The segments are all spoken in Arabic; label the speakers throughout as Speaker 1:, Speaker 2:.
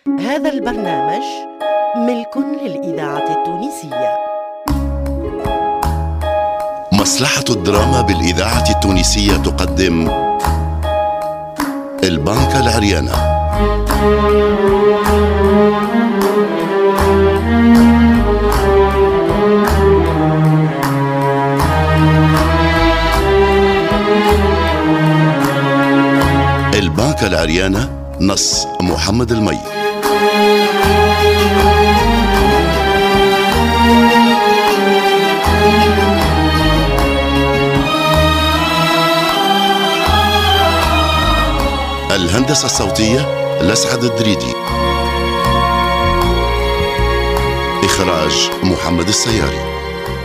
Speaker 1: هذا البرنامج ملك للإذاعة التونسية.
Speaker 2: مصلحة الدراما بالإذاعة التونسية تقدم البنكة العريانة. البنكة العريانة، نص محمد المي. الهندسة الصوتية لسعد الدريدي. إخراج محمد السياري.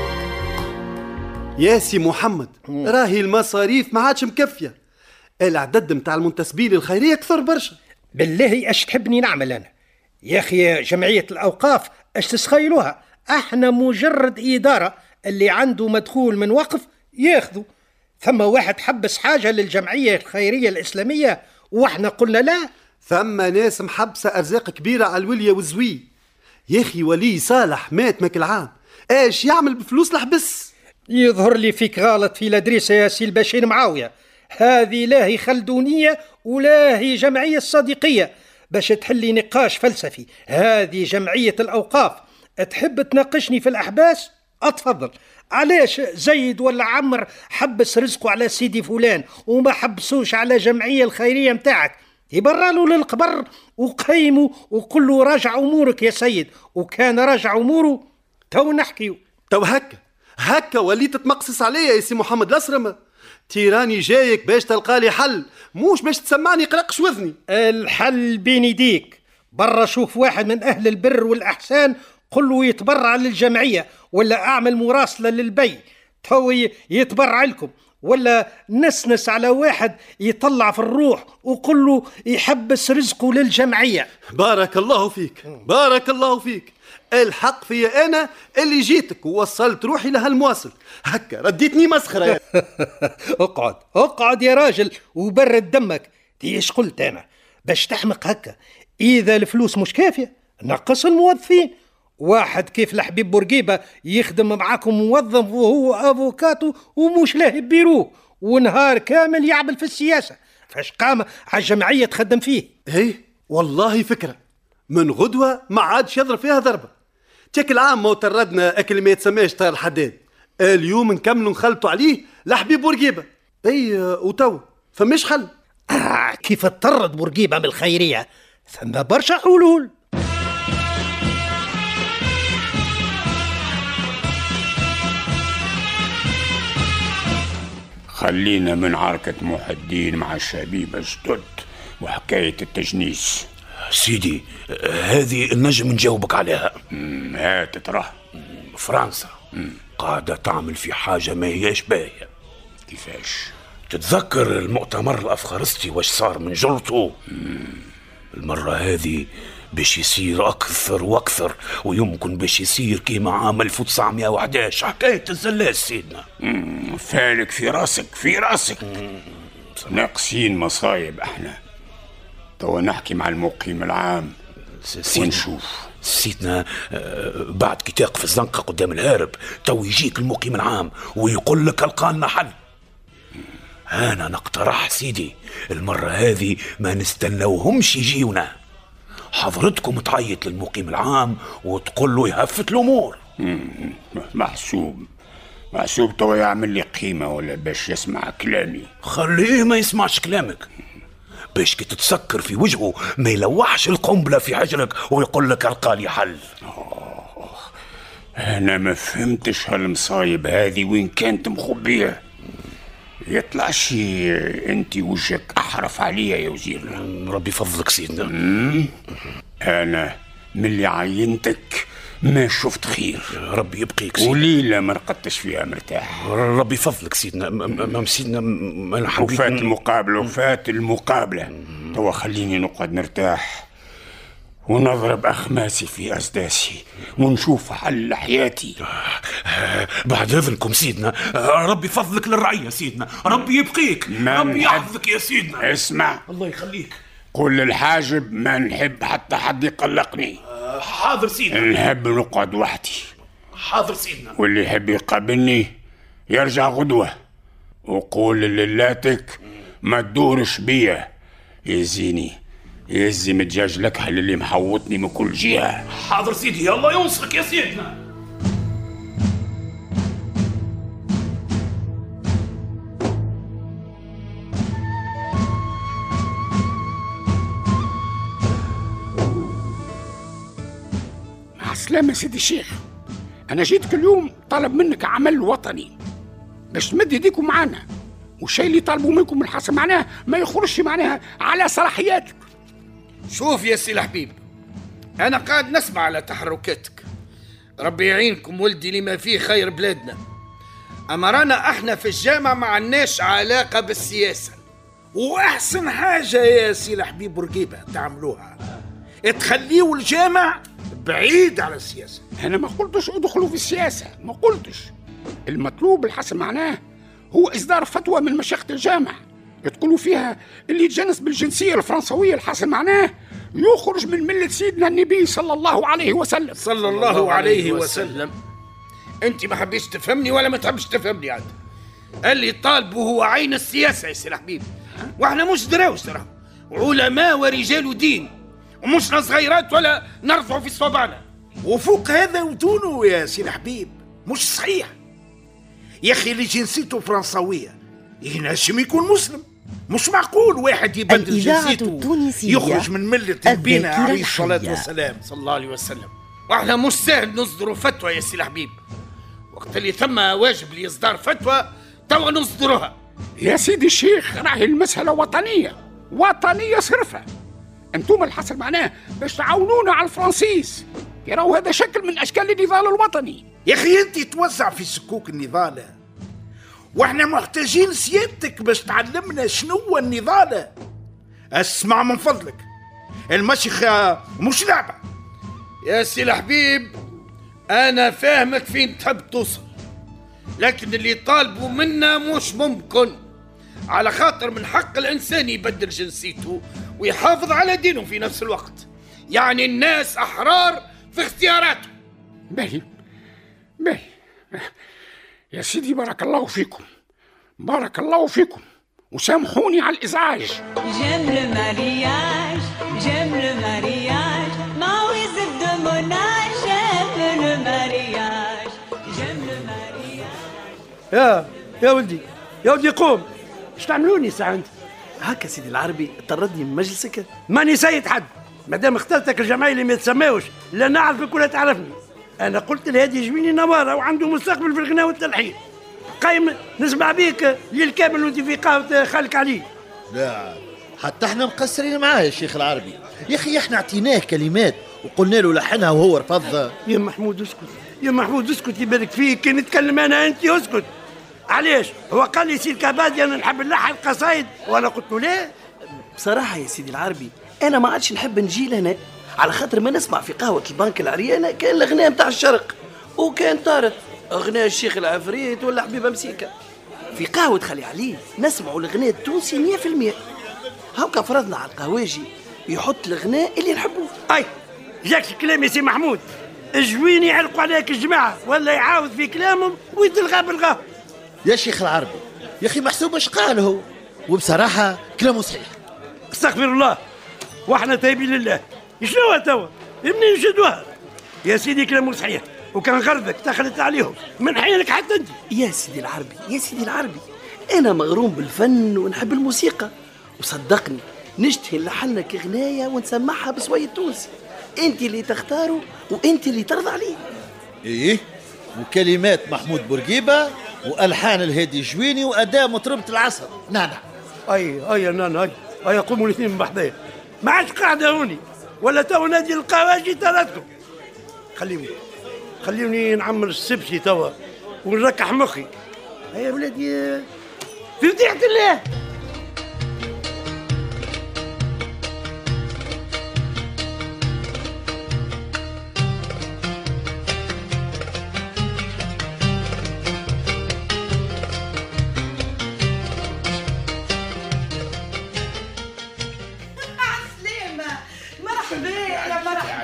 Speaker 3: يا سي محمد، راهي المصاريف ما عادش مكفية. العدد متاع المنتسبين الخيرية كثر برشا.
Speaker 4: بالله اش تحبني نعمل أنا؟ يا أخي جمعية الأوقاف اش تسخيلوها؟ احنا مجرد إدارة، اللي عنده مدخول من وقف ياخذه. ثم واحد حبس حاجة للجمعية الخيرية الإسلامية واحنا قلنا لا؟
Speaker 3: ثم ناس محبسة أرزاق كبيرة على الولية والزوي. يا أخي ولي صالح مات ماك العام، ايش يعمل بفلوس الحبس؟
Speaker 4: يظهر لي فيك غلط في الأدريسة يا سي البشير معاوية. هذه لا هي خلدونية ولا هي جمعية الصديقية باش تحلي نقاش فلسفي. هذه جمعية الأوقاف. تحب تناقشني في الأحباس؟ أتفضل. علاش زيد ولا عمر حبس رزقه على سيدي فلان وما حبسوش على جمعية الخيرية متاعك؟ يبرلوا للقبر وقيموا وقل له راجع أمورك يا سيد، وكان راجع أموره تو نحكيو.
Speaker 3: تو هكا وليت تمقصص عليا يا سي محمد الأسرمة. تيراني جايك باش تلقالي حل، موش باش تسمعني قرقش وذني.
Speaker 4: الحل بين يديك. برا شوف واحد من أهل البر والأحسان قل له يتبرع للجمعية، ولا أعمل مراسلة للبي تو يتبرع لكم، ولا نسنس على واحد يطلع في الروح وقل له يحبس رزقه للجمعية.
Speaker 3: بارك الله فيك، بارك الله فيك. الحق فيا أنا اللي جيتك ووصلت روحي لهالمواصل. هكا رديتني مسخرة.
Speaker 4: اقعد يا راجل وبرد دمك. ايش قلت أنا؟ باش تحمق هكا. إذا الفلوس مش كافية نقص الموظفين. واحد كيف الحبيب بورقيبة يخدم معاكم موظف وهو أفوكاتو ومش لاهي بيروه، ونهار كامل يعمل في السياسة. فاش قام على الجمعية تخدم فيه؟
Speaker 3: ايه والله فكرة. من غدوة ما عادش يضرب فيها ضربة. تيك العام ما تردنا أكل ما يتسماش طار الحداد. اليوم نكملوا نخلطوا عليه لحبيب بورقيبة. اي وتو فمش حل.
Speaker 4: كيف تطرد بورقيبة من الخيرية؟ ثم برشا حلول.
Speaker 5: خلينا من عركة محدين مع الشبيبة جدد وحكاية التجنيس.
Speaker 6: سيدي هذه النجم نجاوبك عليها.
Speaker 5: هات تراه.
Speaker 6: فرنسا قاعدة تعمل في حاجة ما هياش باهية.
Speaker 5: كيفاش؟
Speaker 6: تتذكر المؤتمر الأفخارستي واش صار من جلطه؟ المرة هذه باش يصير أكثر وأكثر، ويمكن باش يصير كيما عام 1911 حكاية الزلاس سيدنا.
Speaker 5: فالك في راسك ناقصين مصايب احنا. تو نحكي مع المقيم العام ونشوف.
Speaker 6: سيدنا بعد كي تقف الزنقة قدام الهارب تو يجيك المقيم العام ويقول لك ألقالنا حل. أنا نقترح سيدي المرة هذه ما نستنوهمش يجيونا، حضرتكم تعيط للمقيم العام وتقول له يهفت الأمور.
Speaker 5: محسوب تو يعمل لي قيمة ولا باش يسمع كلامي؟
Speaker 6: خليه ما يسمعش كلامك، باش كي تتسكر في وجهه ما يلوحش القنبلة في حجرك ويقول لك ألقالي حل.
Speaker 5: أنا ما فهمتش هالمصايب هذه وين كانت مخبية. يطلعش انت وجهك احرف عليا يا وزير.
Speaker 6: ربي فضلك سيدنا.
Speaker 5: انا من اللي عينتك ما شفت خير.
Speaker 6: ربي يبقيك سيدنا.
Speaker 5: وليلة ما رقدتش فيها مرتاح.
Speaker 6: ربي فضلك سيدنا. سيدنا ما حبيت.
Speaker 5: وفات المقابلة. توا خليني نقعد نرتاح ونضرب أخماسي في أسداسي ونشوف حل حياتي.
Speaker 6: بعد إذنكم سيدنا، ربي فضلك للرعية سيدنا، ربي يبقيك، ربي يحفظك يا سيدنا.
Speaker 5: اسمع،
Speaker 6: الله يخليك.
Speaker 5: قول للحاجب ما نحب حتى حد يقلقني.
Speaker 6: حاضر سيدنا.
Speaker 5: نحب نقعد وحدي.
Speaker 6: حاضر سيدنا.
Speaker 5: واللي يحب يقابلني يرجع غدوة، وقول للاتك ما تدورش بيا، يزيني يزي متجاج لكحل اللي محوطني من كل جهة.
Speaker 6: حاضر سيدي، يلا ينصرك يا سيدنا.
Speaker 5: مع السلامة سيدي الشيخ، أنا جيتك اليوم طلب منك عمل وطني باش تمد يديكم معانا، والشيء اللي طالبوا منكم الحسن معناه ما يخرجش معناها على صلاحياتك.
Speaker 7: شوف يا سي الحبيب، أنا قاعد نسمع على تحركاتك، ربي يعينكم ولدي لما فيه خير بلادنا. أما رانا احنا في الجامعة ما عندناش علاقة بالسياسة، وأحسن حاجة يا سي الحبيب بورقيبة تعملوها تخليوا الجامع بعيد على السياسة.
Speaker 5: أنا ما قلتش ادخلوا في السياسة، ما قلتش. المطلوب الحسن معناه هو إصدار فتوى من مشيخة الجامع تقولوا فيها اللي يتجنس بالجنسية الفرنسوية الحسن معناه يخرج من ملة سيدنا النبي صلى الله عليه وسلم.
Speaker 7: صلى الله عليه وسلم. أنت ما حبيش تفهمني ولا ما تحبش تفهمني عاد. اللي طالبه هو عين السياسة يا سي الحبيب، واحنا مش دراوش ترى، علماء ورجال دين، ومش صغيرات ولا نرفعوا في صوابعنا. وفوق هذا ودونه يا سي الحبيب مش صحيح يا اخي اللي جنسيته فرنسويه ينجم يكون مسلم. مش معقول واحد يبدل جنسيته يخرج من مله نبينا عليه الصلاه والسلام صلى الله عليه وسلم. واحنا مش سهل نصدروا فتوى يا سي الحبيب، وقت اللي ثم واجب لاصدار فتوى توا نصدروها.
Speaker 5: يا سيدي الشيخ راهي المسألة وطنية، وطنية صرفة. انتم الحسن معناه باش تعاونونا على الفرنسيس، يراو هذا شكل من اشكال النضال الوطني.
Speaker 7: يا اخي انت توزع في سكوك النضال، واحنا محتاجين سيادتك باش تعلمنا شنو هو النضال. اسمع من فضلك، المشيخة مش لعبة يا سي الحبيب. انا فاهمك فين تحب توصل، لكن اللي طالبوا منا مش ممكن، على خاطر من حق الانسان يبدل جنسيته ويحافظ على دينه في نفس الوقت. يعني الناس احرار في اختياراته.
Speaker 5: باهي باهي يا سيدي، بارك الله فيكم، بارك الله فيكم، وسامحوني على الازعاج.
Speaker 8: J'aime le mariage, j'aime le mariage, Maouis de mon âge, j'aime le mariage, j'aime le mariage.
Speaker 3: يا ولدي قوم، ايش تعملوني ساعة انت؟ هكا سيدي العربي طردني من مجلسك؟ ماني سيد حد، مادام اخترتك الجمعية اللي ما يتسماوش لا نعرفك ولا تعرفني. انا قلت لهادي جميني نوارة وعنده مستقبل في الغناء والتلحين، قايم نسمع بيك ليل كامل وانت في قهوة خالك علي.
Speaker 9: لا حتى احنا مقصرين معاه يا شيخ العربي. يا اخي احنا اعطيناه كلمات وقلنا له لحنها وهو رفضها.
Speaker 3: يا محمود اسكت، يا محمود اسكت، يبارك فيك، كي نتكلم انا انت اسكت. علاش؟ هو قال لي سي الكبادي انا نحب نلحن قصايد وانا قلت له لا.
Speaker 10: بصراحه يا سيدي العربي انا ما عادش نحب نجي لهنا، على خاطر ما نسمع في قهوه البنك العريانه كان الاغنيه نتاع الشرق، وكان طارت اغنيه الشيخ العفريت ولا حبيبه مسيكه. في قهوه خلي عليه نسمعوا الاغنيه التونسي 100%. هاكا فرضنا على القهواجي يحط الاغنيه اللي نحبوه.
Speaker 3: اي جاك الكلام يا سي محمود، الجويني يعلقوا عليك الجماعه ولا يعاود في كلامهم ويتلغى بالغاه.
Speaker 9: يا شيخ العربي يا اخي محسوب اش قال هو، وبصراحه كلامه صحيح.
Speaker 3: استغفر الله واحنا تايبين لله. شنو توا منين نشدوها يا سيدي؟ كلامه صحيح، وكان غرضك دخلت عليهم من حينك حتى انت.
Speaker 10: يا سيدي العربي يا سيدي العربي انا مغروم بالفن ونحب الموسيقى، وصدقني نشتهي نلحنك اغنيه ونسمعها بصوية تونسي، انت اللي تختاره وانت اللي ترضى عليه.
Speaker 9: ايه، وكلمات محمود بورقيبه والحان الهادي جويني واداء مطربه العصر نانا.
Speaker 3: اي نانا اي قوموا الاثنين من بحذايا، ما عادش قاعده هوني ولا تو نادي القواجي تردكم. خليوني نعمر السبسي توا ونركح مخي. هيا ولادي في وديعة الله.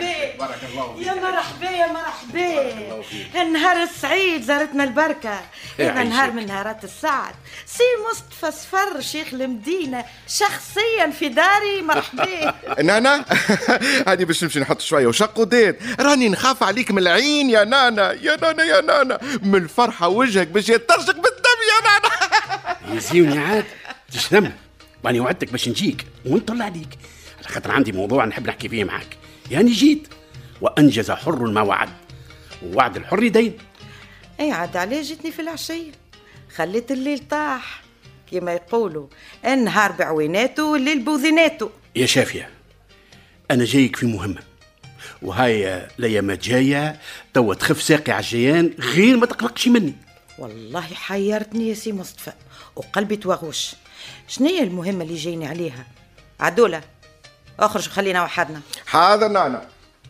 Speaker 11: بارك الله فيك. يا مرحبا يا مرحبا. النهار السعيد زارتنا البركة. هذا نهار من نهارات السعد. سي مصطفى صفر شيخ المدينة شخصيا في داري. مرحبا.
Speaker 12: نانا هادي باش نمشي نحط شوية وشق وديت. راني نخاف عليك من العين يا نانا يا نانا يا نانا، من الفرحة وجهك باش يترشق بالدم يا نانا.
Speaker 6: يزيوني عاد تشرم، واني وعدتك باش نجيك ونطلع عليك، على خاطر عندي موضوع نحب نحكي فيه معاك. يعني جيت وانجز حر ما وعد، ووعد الحر يدين.
Speaker 11: اي عاد عليه جيتني في العشية، خليت الليل طاح كما يقولوا، النهار بعويناته والليل بوذيناته.
Speaker 6: يا شافية انا جايك في مهمة، وهاي الايامات جاية توا تخف ساقي على الجيان غير ما تقلقش مني.
Speaker 11: والله حيرتني يا سي مصطفى وقلبي توغوش. شنية المهمة اللي جايني عليها؟ عدولة اخرج وخلينا وحدنا.
Speaker 12: حاضر نانا.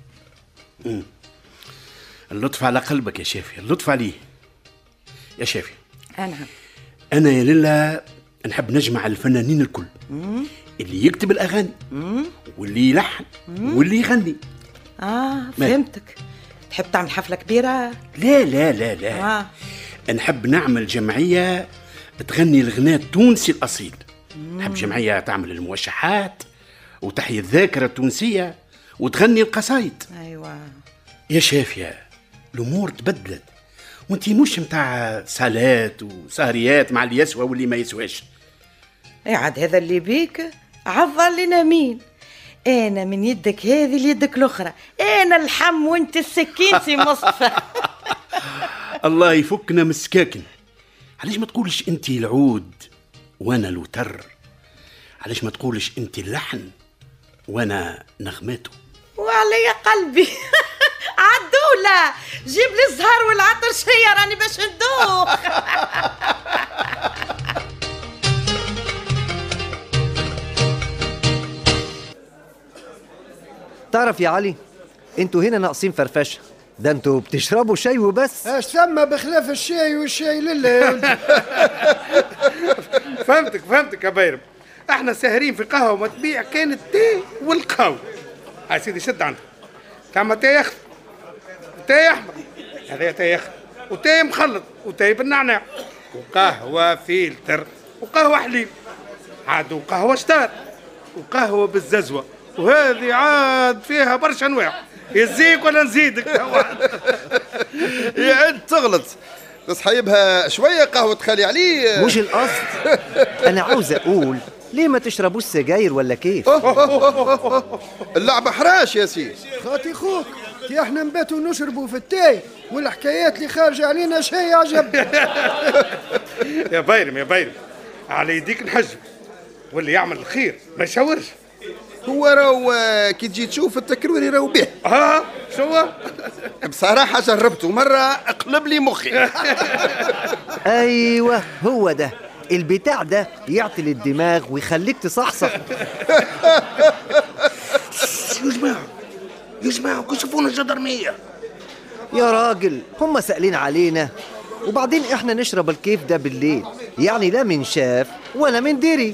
Speaker 6: اللطف على قلبك يا شافي، اللطف عليه يا شافي. أنا يا ليلى نحب نجمع الفنانين الكل، اللي يكتب الأغاني واللي يلحن واللي يغني.
Speaker 11: فهمتك. تحب تعمل حفلة كبيرة؟
Speaker 6: لا لا لا لا. نحب نعمل جمعية تغني الغناء التونسي الأصيل. نحب جمعية تعمل الموشحات وتحيي الذاكرة التونسية وتغني القصايد.
Speaker 11: أيوة
Speaker 6: يا شافية الأمور تبدلت، وانتي مش متاع سالات وسهريات مع اللي يسوى واللي ما يسواش.
Speaker 11: عاد هذا اللي بيك عضل لنا مين؟ أنا من يدك هذه ليدك الأخرى، أنا الحم وانت السكين سي مصطفى.
Speaker 6: الله يفكنا من السكاكن. علاش ما تقولش انت العود وانا الوتر؟ علاش ما تقولش انت اللحن وانا نغماته؟
Speaker 11: وعلي قلبي. عدولة جيب لي الزهر والعطر شيا راني باش ندوخ.
Speaker 13: تعرف يا علي، انتوا هنا ناقصين فرفشه، ده انتوا بتشربوا شاي وبس.
Speaker 14: اش ثم بخلاف الشاي والشاي لله يا ولدي.
Speaker 7: فهمتك يا بايرم. احنا ساهرين في قهوه ومتبيع كانت تي والقهوه. هاي سيدي شد عندك. كما تي يخضر وتي احمر، هذا تي يخضر وتي مخلط وتي بالنعناع وقهوه فيلتر وقهوه حليب عاد وقهوه شتار وقهوه بالززوه، وهذه عاد فيها برشا انواع. يزيك ولا نزيدك؟
Speaker 12: يا انت تغلط، تصحيبها شويه قهوه خالي علي.
Speaker 13: مش القصد، انا عاوز اقول ليه ما تشربوش سجاير ولا كيف؟
Speaker 12: اللعبه حراش يا سي
Speaker 14: خاطي خوك، احنا نباتوا نشربوا في التاي والحكايات اللي خارجه علينا شيء عجب.
Speaker 7: يا بايرم على يديك نحجب، واللي يعمل الخير ما يشاورش.
Speaker 12: هو راهو كي تجي تشوف التكروري راهو به.
Speaker 7: شو
Speaker 12: بصراحه جربته مره اقلب لي مخي.
Speaker 13: ايوه هو ده البتاع ده، يعطي الدماغ ويخليك تصحصح.
Speaker 7: يا جماعه كشفونا الجدرميه
Speaker 13: يا راجل، هم سألين علينا، وبعدين احنا نشرب الكيف ده بالليل، يعني لا من شاف ولا من دري.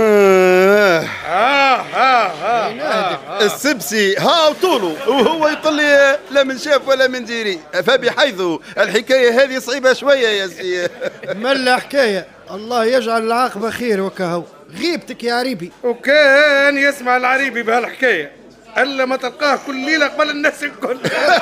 Speaker 12: السبسي ها طوله وهو يقول لي لا من شاف ولا من ديري، فبحيث الحكايه هذه صعيبه شويه يا سي.
Speaker 14: ملا حكايه، الله يجعل العاقبه خير. وكهو غيبتك يا عريبي.
Speaker 7: وكان يسمع العريبي بهالحكايه الا ما تلقاه كل ليله قبل الناس الكل.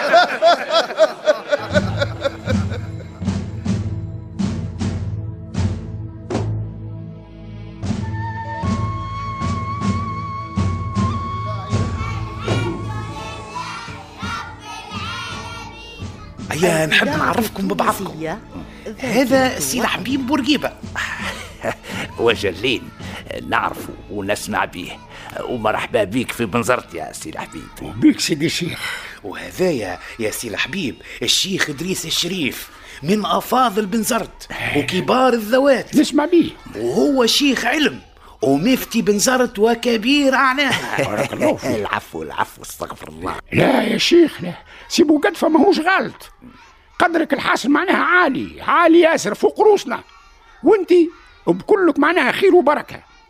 Speaker 6: هيا نحب نعرفكم ببعضكم. هذا سي حبيب بورقيبة.
Speaker 15: وجلين نعرفه ونسمع به، ومرحبا بيك في بنزرت يا سي الحبيب.
Speaker 5: وبيك سيدي الشيخ.
Speaker 6: وهذايا يا سي الحبيب الشيخ إدريس الشريف من أفاضل بنزرت وكبار الذوات،
Speaker 5: نسمع به.
Speaker 6: وهو شيخ علم ومفتي بنزرت وكبير أعلاها.
Speaker 5: بارك الله فيك.
Speaker 15: العفو استغفر الله.
Speaker 5: لا يا شيخ لا، سيبو قد فماهوش غلط. قدرك الحاصل معناها عالي ياسر فوق روسنا، وانتي وبكلك معناها خير وبركة.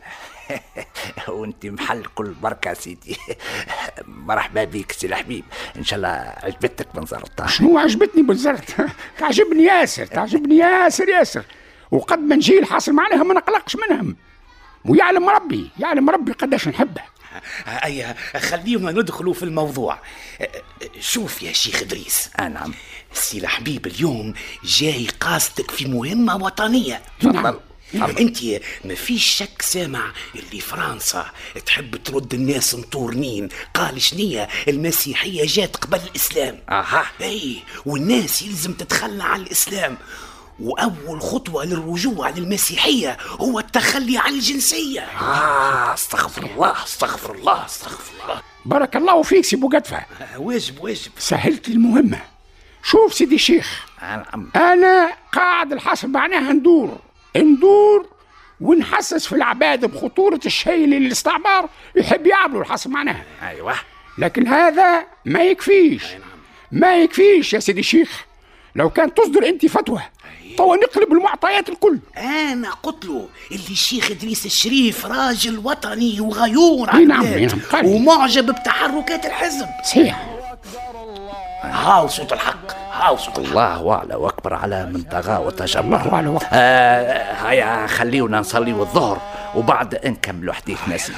Speaker 15: وانت محل كل بركة سيدي. مرحبا بك سي الحبيب، ان شاء الله عجبتك بنزرت.
Speaker 5: شنو عجبتني بنزرت؟ تعجبني ياسر، تعجبني ياسر ياسر، وقد ما نجي الحاصل معناها ما نقلقش منهم، ويعلم ربي يعلم ربي قداش نحبه.
Speaker 6: أي خلينا ندخلوا في الموضوع. شوف يا شيخ إدريس.
Speaker 15: نعم
Speaker 6: سي الحبيب اليوم جاي قاصدك في مهمة وطنية.
Speaker 15: تفضل.
Speaker 6: انت ما فيش شك سامع اللي فرنسا تحب ترد الناس مطورنين، قال شنية المسيحية جات قبل الإسلام. اي والناس يلزم تتخلى عن الإسلام، وأول خطوة للرجوع للمسيحية هو التخلي عن الجنسية.
Speaker 15: استغفر الله استغفر الله استغفر الله.
Speaker 5: بارك الله فيك سي بوقدفة.
Speaker 6: واجب
Speaker 5: سهلت لي المهمة. شوف سيدي الشيخ، أنا قاعد الحاصل معناها ندور ونحسس في العباد بخطورة الشيء اللي الاستعمار يحب يعملوا الحاصل معناها.
Speaker 15: أيوة،
Speaker 5: لكن هذا ما يكفيش. ما يكفيش يا سيدي الشيخ. لو كان تصدر انت فتوى توا نقلب المعطيات الكل.
Speaker 6: انا قلت له اللي الشيخ ادريس الشريف راجل وطني وغيور
Speaker 5: نعم
Speaker 6: ومعجب بتحركات الحزب.
Speaker 5: صحيح.
Speaker 15: هاو صوت الحق، هاو صوت الله أعلى وأكبر على من طغى وتجبر.
Speaker 5: الله أعلى وأكبر.
Speaker 15: هيا خليونا نصلي الظهر وبعد نكملوا حديثنا سيدي.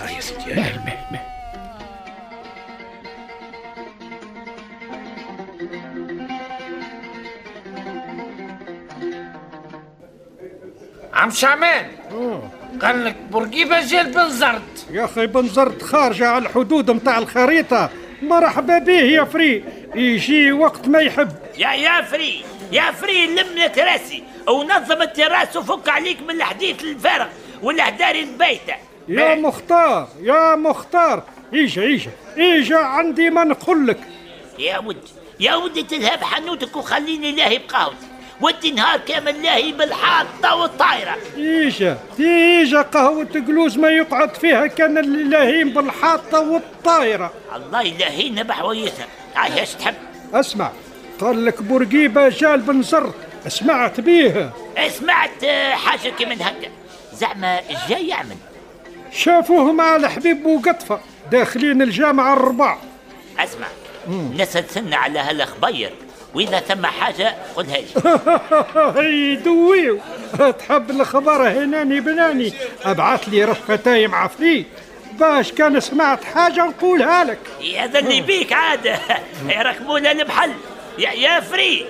Speaker 7: عم شعمان قال لك بورقيبة جا بنزرت.
Speaker 4: يا أخي بنزرت خارجة على الحدود متاع الخريطة. مرحبا به يا فري، يجي وقت ما يحب.
Speaker 15: يا فري لم لك راسي ونظم التراس وفك عليك من الحديث الفارغ والأهدار البيتة.
Speaker 4: يا مختار إيجا عندي ما نقول لك.
Speaker 15: يا ودي تذهب حنوتك وخليني لاهي بقهوتي، ودي نهار كامل لاهي بالحاطة والطايرة.
Speaker 4: إيجا قهوة قلوز ما يقعد فيها كان اللاهين بالحاطة والطايرة.
Speaker 15: الله يلاهينا بحويتها. عايش تحب؟
Speaker 4: اسمع، قال لك بورقيبة جال بنزرت، سمعت بيها؟
Speaker 15: سمعت حاجة كمن هكا. زعما جاي يعمل؟
Speaker 4: شافوه مع الحبيب بوقطفة داخلين الجامعة الرباع.
Speaker 15: اسمع، نسلسلنا على هالخبير، وإذا ثم حاجة قلها لي.
Speaker 4: هي دويو تحب الخبر هناني بناني، ابعث لي رفقتاي مع فري باش كان سمعت حاجة نقولها لك.
Speaker 15: هذا اللي بيك عادة يركبونا المحل. يا فري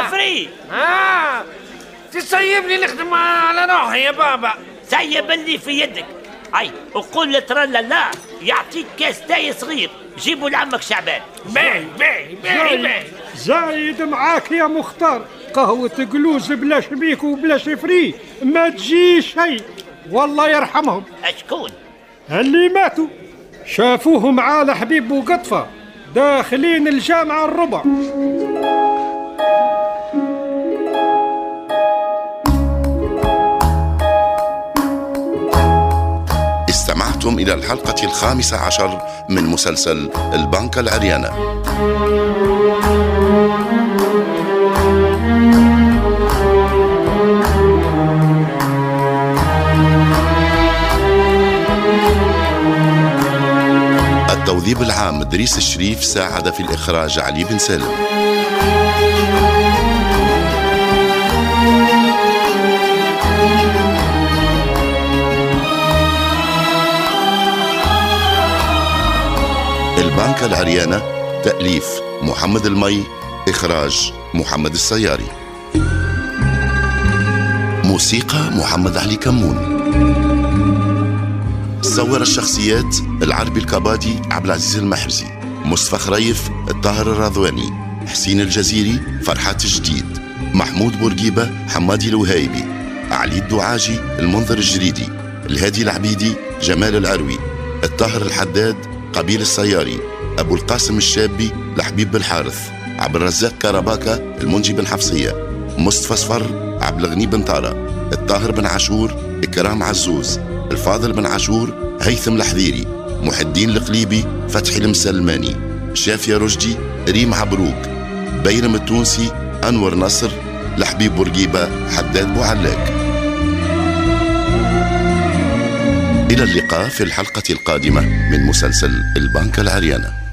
Speaker 7: تسيبني نخدم على روحي يا بابا.
Speaker 15: سيب اللي في يدك. اي وقول لترى لا يعطيك كاس تاي صغير جيبوا لعمك شعبان.
Speaker 7: باي
Speaker 4: زايد معاك يا مختار، قهوة قلوز بلا شبيك وبلا شفري ما تجي شيء. والله يرحمهم.
Speaker 15: اشكون؟
Speaker 4: اللي ماتوا شافوه مع الحبيب بوقطفة داخلين الجامعة الربع.
Speaker 2: استمعتم إلى الحلقة 15 من مسلسل البنكة العريانة. التوظيف العام إدريس الشريف، ساعد في الإخراج علي بن سالم. البنكة العريانة، تأليف محمد المي، إخراج محمد السياري. موسيقى محمد علي كمون. صور الشخصيات: العربي الكبادي عبد العزيز المحرزي، مصطفى خريف الطاهر الرضواني، حسين الجزيري فرحات الجديد، محمود بورقيبة حمادي الوهايبي، علي الدعاجي المنذر الجريدي، الهادي العبيدي جمال العروي، الطاهر الحداد قبيل السياري، أبو القاسم الشابي لحبيب بالحارث، عبد الرزاق كرباكة المنجي بن حفصية، مصطفى صفر عبد الغني بن طارة، الطاهر بن عاشور إكرام عزوز، الفاضل بن عاشور هيثم الحذيري، محي الدين القليبي فتحي المسلماني، شافية رشدي ريم عبروك، بيرم التونسي أنور نصر، لحبيب بورقيبة حداد بوعلاك. إلى اللقاء في الحلقة القادمة من مسلسل البنك العريانة.